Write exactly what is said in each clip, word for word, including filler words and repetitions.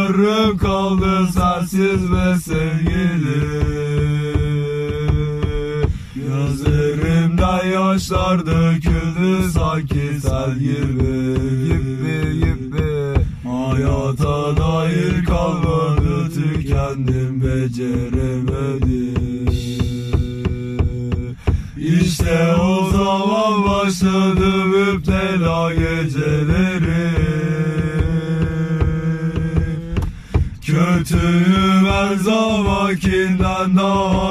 Yarım kaldı sensiz be sevgilim. Gözlerimden yaşlar döküldü sanki sel gibi, gibi, gibi. Hayata dair kalmadı, tükendim, beceremedim. İşte o zaman başladı müptela geceleri. Kötüyüm her zamankinden daha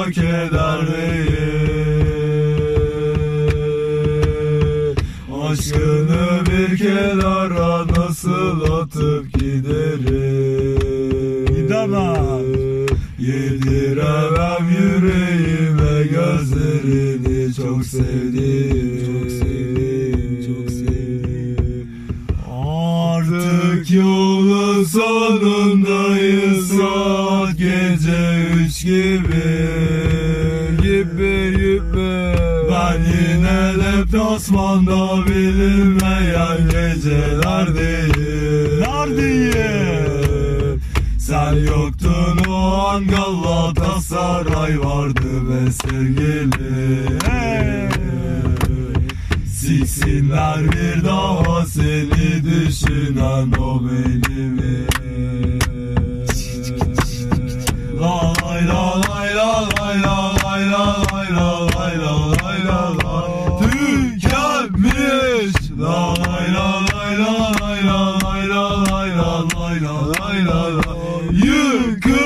kederliyim. Aşkını bir kenara nasıl atıp giderim? Gidemem. Yediremem yüreğime gözlerini, çok sevdim, çok sevdim, çok sevdim. Artık yolun sonundayız, saat gece üç gibi, gibi, gibi. Ben yine deplasmanda bilinmeyen gecelerdeyim, neredeyim? Sen yoktun o an, Galatasaray vardı be sevgilim. Hey! Siksinler bir daha seni düşünen o benimi. La lay la lay la lay la lay la lay la lay la lay la la. Tükenmiş. La lay la lay la lay la lay la lay la lay la lay la la. Yıkılmış.